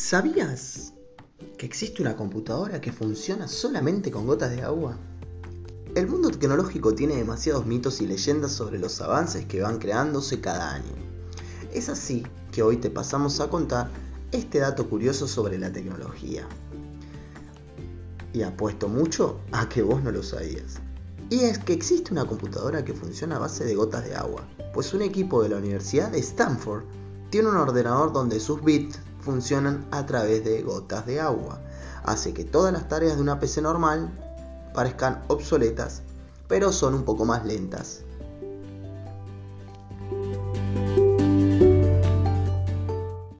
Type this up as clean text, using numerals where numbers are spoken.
¿Sabías que existe una computadora que funciona solamente con gotas de agua? El mundo tecnológico tiene demasiados mitos y leyendas sobre los avances que van creándose cada año. Es así que hoy te pasamos a contar este dato curioso sobre la tecnología. Y apuesto mucho a que vos no lo sabías. Y es que existe una computadora que funciona a base de gotas de agua, pues un equipo de la Universidad de Stanford tiene un ordenador donde sus bits funcionan a través de gotas de agua. Hace que todas las tareas de una PC normal parezcan obsoletas, pero son un poco más lentas.